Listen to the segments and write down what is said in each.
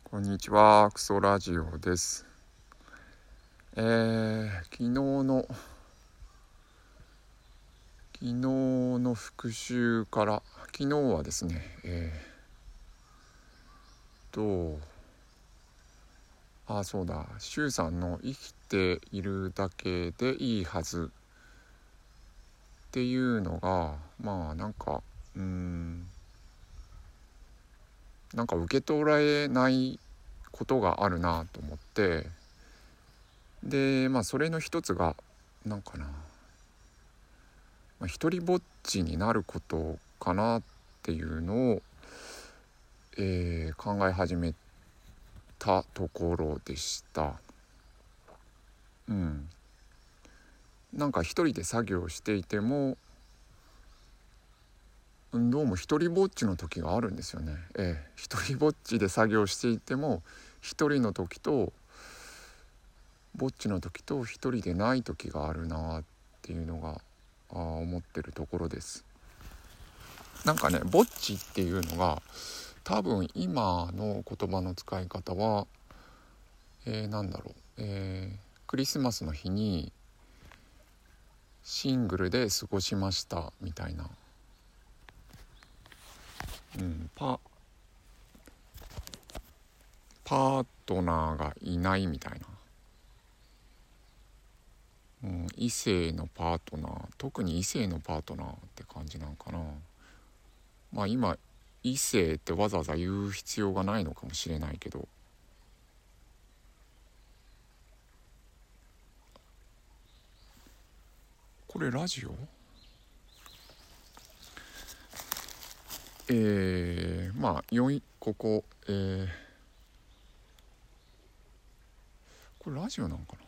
こんにちは、クソラジオです。昨日の復習から、昨日はですね、そうだ、シュウさんの生きているだけでいいはずっていうのが、なんか受け取られないことがあるなと思って、で、それの一つが、一人ぼっちになることかなっていうのを、考え始めたところでした。なんか一人で作業していてもどうも一人ぼっちの時があるんですよね。一人ぼっちで作業していても一人の時とぼっちの時と一人でない時があるなっていうのが思ってるところです。なんかね、ぼっちっていうのが多分今の言葉の使い方は、クリスマスの日にシングルで過ごしましたみたいな、パートナーがいないみたいな、異性のパートナー、特に異性のパートナーって感じなんかな。今異性ってわざわざ言う必要がないのかもしれないけど、これラジオ？ここ、これラジオなんかな。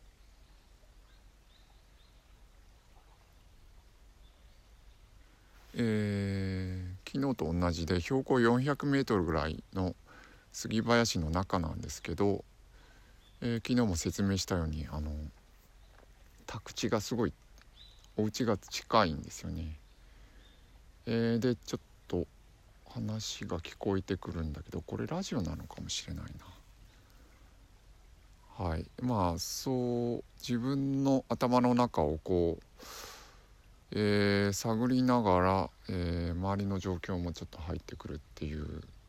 昨日と同じで標高400メートルぐらいの杉林の中なんですけど、昨日も説明したように宅地がすごい、お家が近いんですよね。でちょっと話が聞こえてくるんだけど、これラジオなのかもしれないな。はい、そう自分の頭の中を探りながら、周りの状況もちょっと入ってくるっていう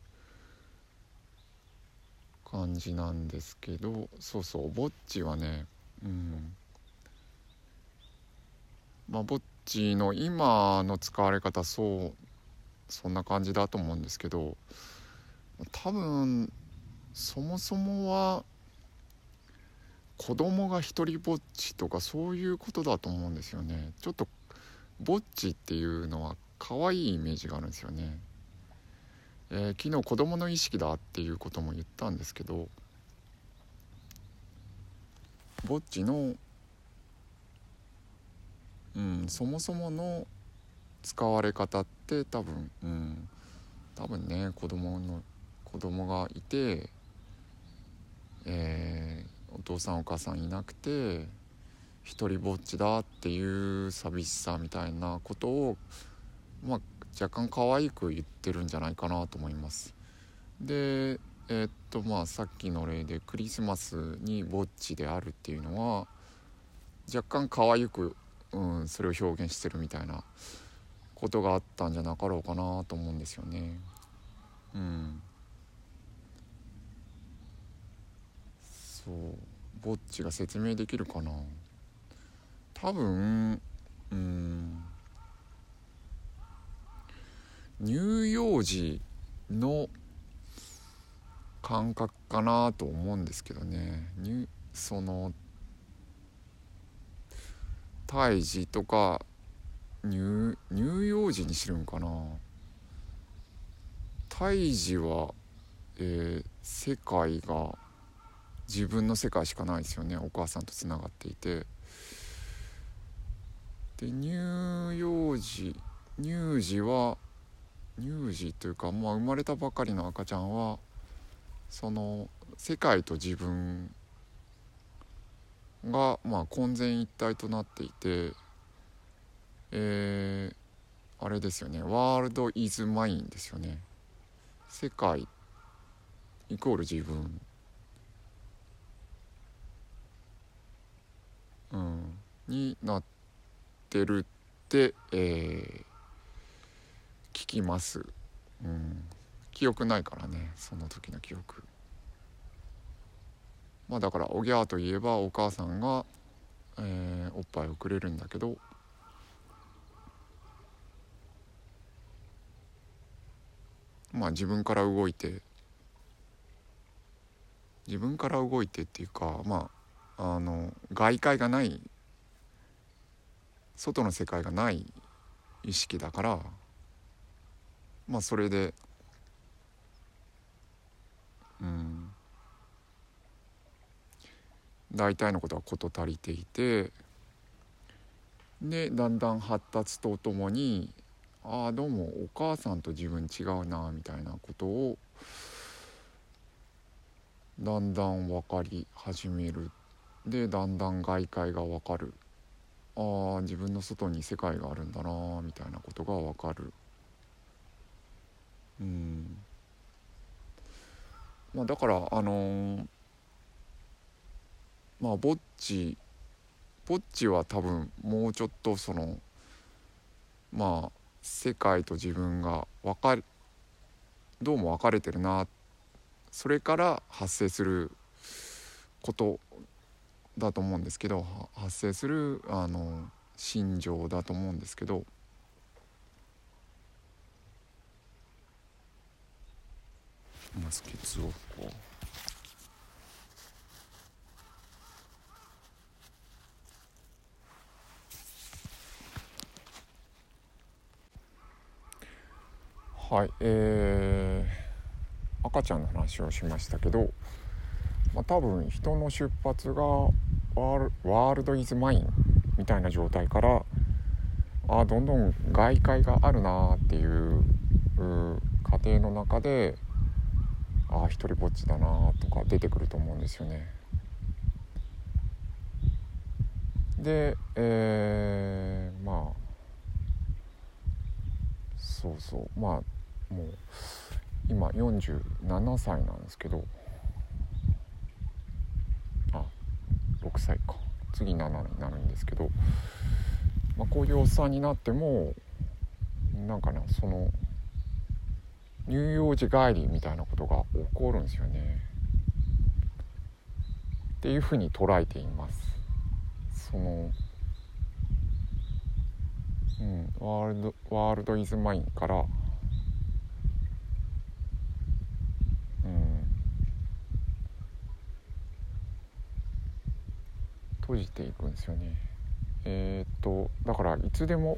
感じなんですけど、ぼっちはね、ぼっちの今の使われ方、そんな感じだと思うんですけど、多分そもそもは子供が一人ぼっちとかそういうことだと思うんですよね。ちょっとぼっちっていうのは可愛いイメージがあるんですよね。昨日子供の意識だっていうことも言ったんですけど、ぼっちの、そもそもの使われ方って多分ね、子供がいて、お父さんお母さんいなくて一人ぼっちだっていう寂しさみたいなことを、若干可愛く言ってるんじゃないかなと思います。でさっきの例でクリスマスにぼっちであるっていうのは若干可愛く、それを表現してるみたいなことがあったんじゃなかろうかなと思うんですよね。そうぼっちが説明できるかな。多分乳幼児の感覚かなと思うんですけどね。胎児とか乳幼児に知るんかな。胎児は、世界が自分の世界しかないですよね。お母さんとつながっていて、で乳児というか、生まれたばかりの赤ちゃんはその世界と自分が、混然一体となっていて、あれですよね、ワールドイズマインですよね。世界イコール自分、になってるって、聞きます。記憶ないからね、その時の記憶。だからおぎゃーといえばお母さんが、おっぱいをくれるんだけど、自分から動いてっていうか、外界がない、外の世界がない意識だから、それで大体のことは事足りていて、でだんだん発達とともに、どうもお母さんと自分違うなみたいなことをだんだん分かり始める。でだんだん外界が分かる。自分の外に世界があるんだなみたいなことが分かる。だからぼっちは多分もうちょっと世界と自分がどうも分かれてるな、それから発生することだと思うんですけど、発生する心情だと思うんですけど、まずケツをこうはい、赤ちゃんの話をしましたけど、多分人の出発がワールドイズマインみたいな状態から、どんどん外界があるなっていう過程の中で、一人ぼっちだなとか出てくると思うんですよね。で、もう今47歳なんですけど、6歳か、次7になるんですけど、こういうおっさんになってもその乳幼児帰りみたいなことが起こるんですよねっていうふうに捉えています。ワールドイズマインから、閉じていくんですよね。だからいつでも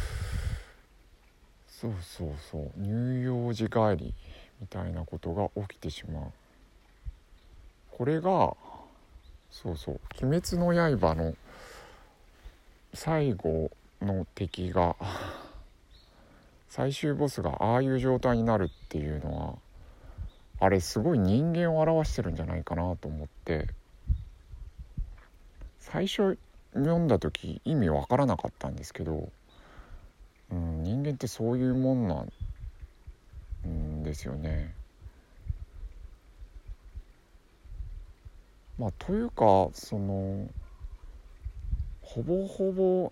乳幼児帰りみたいなことが起きてしまう。これが鬼滅の刃の最後の敵が最終ボスがああいう状態になるっていうのは、あれすごい人間を表してるんじゃないかなと思って、最初読んだ時意味わからなかったんですけど、人間ってそういうもんなんですよね。というかほぼほぼ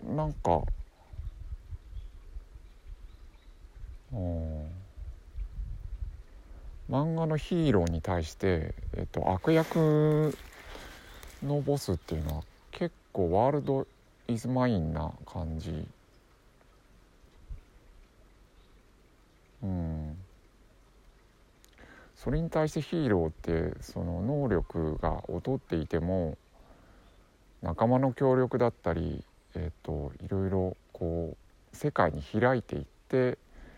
漫画のヒーローに対して、悪役のボスっていうのは結構ワールドイズマインな感じ。それに対してヒーローって能力が劣っていても仲間の協力だったり、いろいろ世界に開いていって、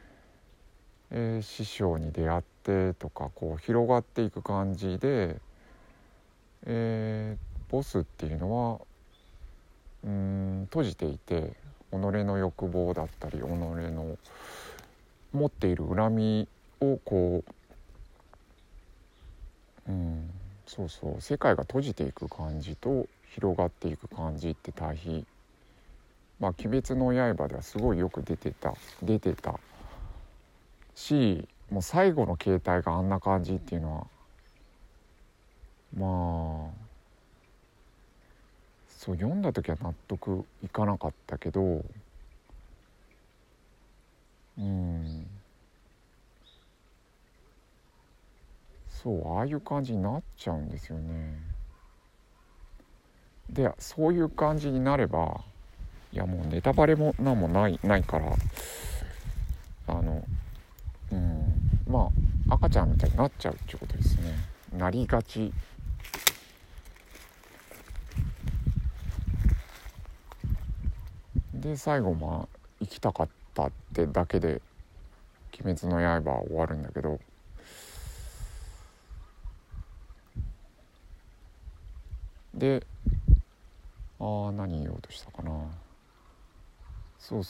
師匠に出会ってとか広がっていく感じで、ボスっていうのは閉じていて、己の欲望だったり己の持っている恨みを世界が閉じていく感じと広がっていく感じって対比、鬼滅の刃ではすごいよく出てたし、もう最後の形態があんな感じっていうのはまあそう読んだ時は納得いかなかったけど、そうああいう感じになっちゃうんですよね。でそういう感じになれば、いやもうネタバレもなんもないからまあ赤ちゃんみたいになっちゃうっていうことですね。なりがちで、最後生きたかったってだけで鬼滅の刃は終わるんだけど、で何言おうとしたかな。そう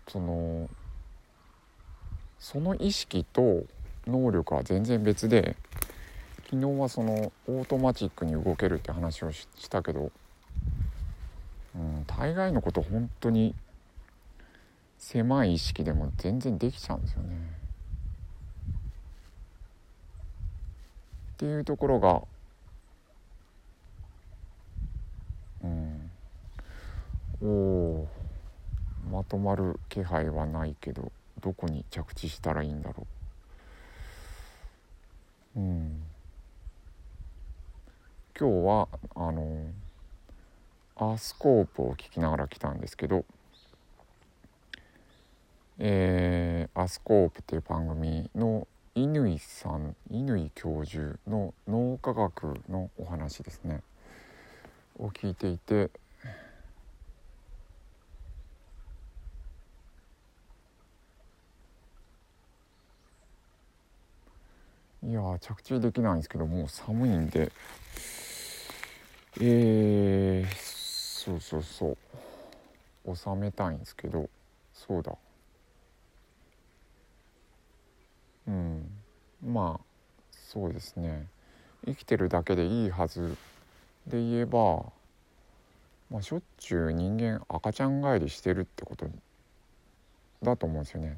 その意識と能力は全然別で、昨日はそのオートマチックに動けるって話をしたけど、大概のこと本当に狭い意識でも全然できちゃうんですよね。っていうところがまとまる気配はないけど、どこに着地したらいいんだろう。今日はアースコープを聞きながら来たんですけど、アースコープっていう番組の乾教授の脳科学のお話ですねを聞いていて、いや着地できないんですけど、もう寒いんで収めたいんですけど、そうだまあそうですね、生きてるだけでいいはずで言えば、しょっちゅう人間赤ちゃん帰りしてるってことだと思うんですよね。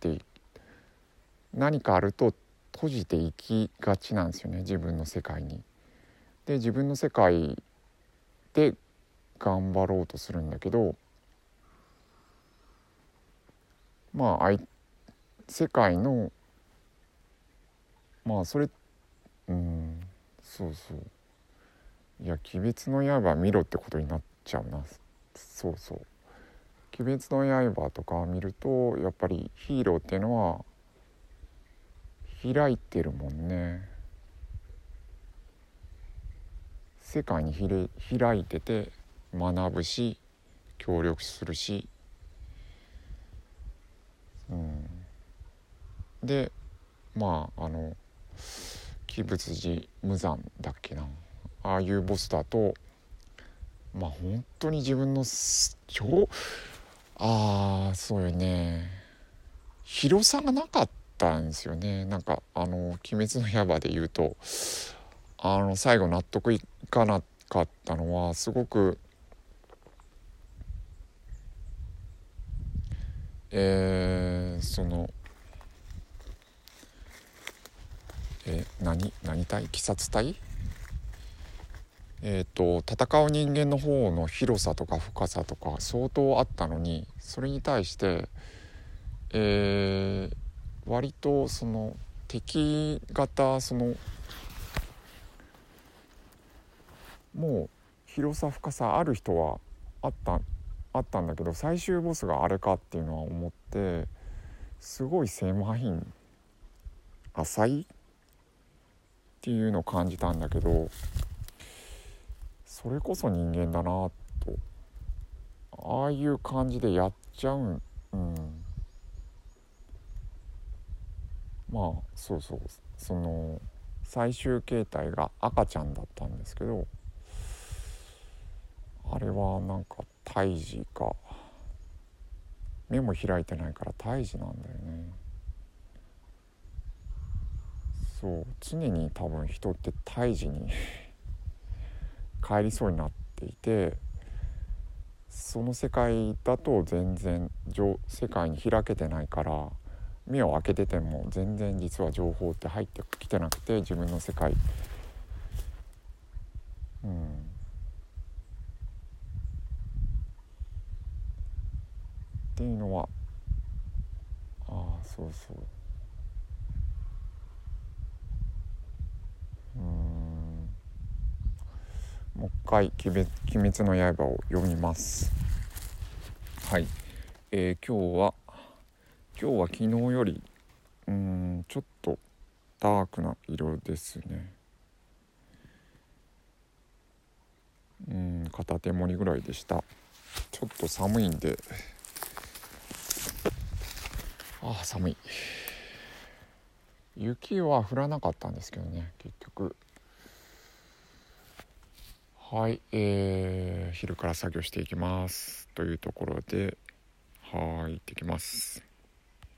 何かあると閉じていきがちなんですよね、自分の世界に。で自分の世界で頑張ろうとするんだけど、世界のそれいや鬼滅の刃見ろってことになっちゃうな。鬼滅の刃とか見るとやっぱりヒーローっていうのは開いてるもんね。世界に開いてて学ぶし協力するし、で鬼仏寺無惨だっけな、ああいうボスだと本当に自分のそうよね、広さがなかったんですよね。なんか鬼滅の刃で言うと最後納得いかなかったのは、すごく何隊、鬼殺隊戦う人間の方の広さとか深さとか相当あったのに、それに対して、割とその敵型もう広さ深さある人はあったんだけど、最終ボスがあれかっていうのは思って、すごい狭い浅いっていうのを感じたんだけど、それこそ人間だなと、ああいう感じでやっちゃその最終形態が赤ちゃんだったんですけど、あれはなんか胎児か、目も開いてないから胎児なんだよね。常に多分人って胎児に帰りそうになっていて、その世界だと全然世界に開けてないから、目を開けてても全然実は情報って入ってきてなくて、自分の世界いのはそうそうもう一回鬼滅の刃を読みます。はい、今日は昨日よりちょっとダークな色ですね。片手盛りぐらいでした。ちょっと寒いんで寒い。雪は降らなかったんですけどね、結局。はい、昼から作業していきますというところで、行ってきます。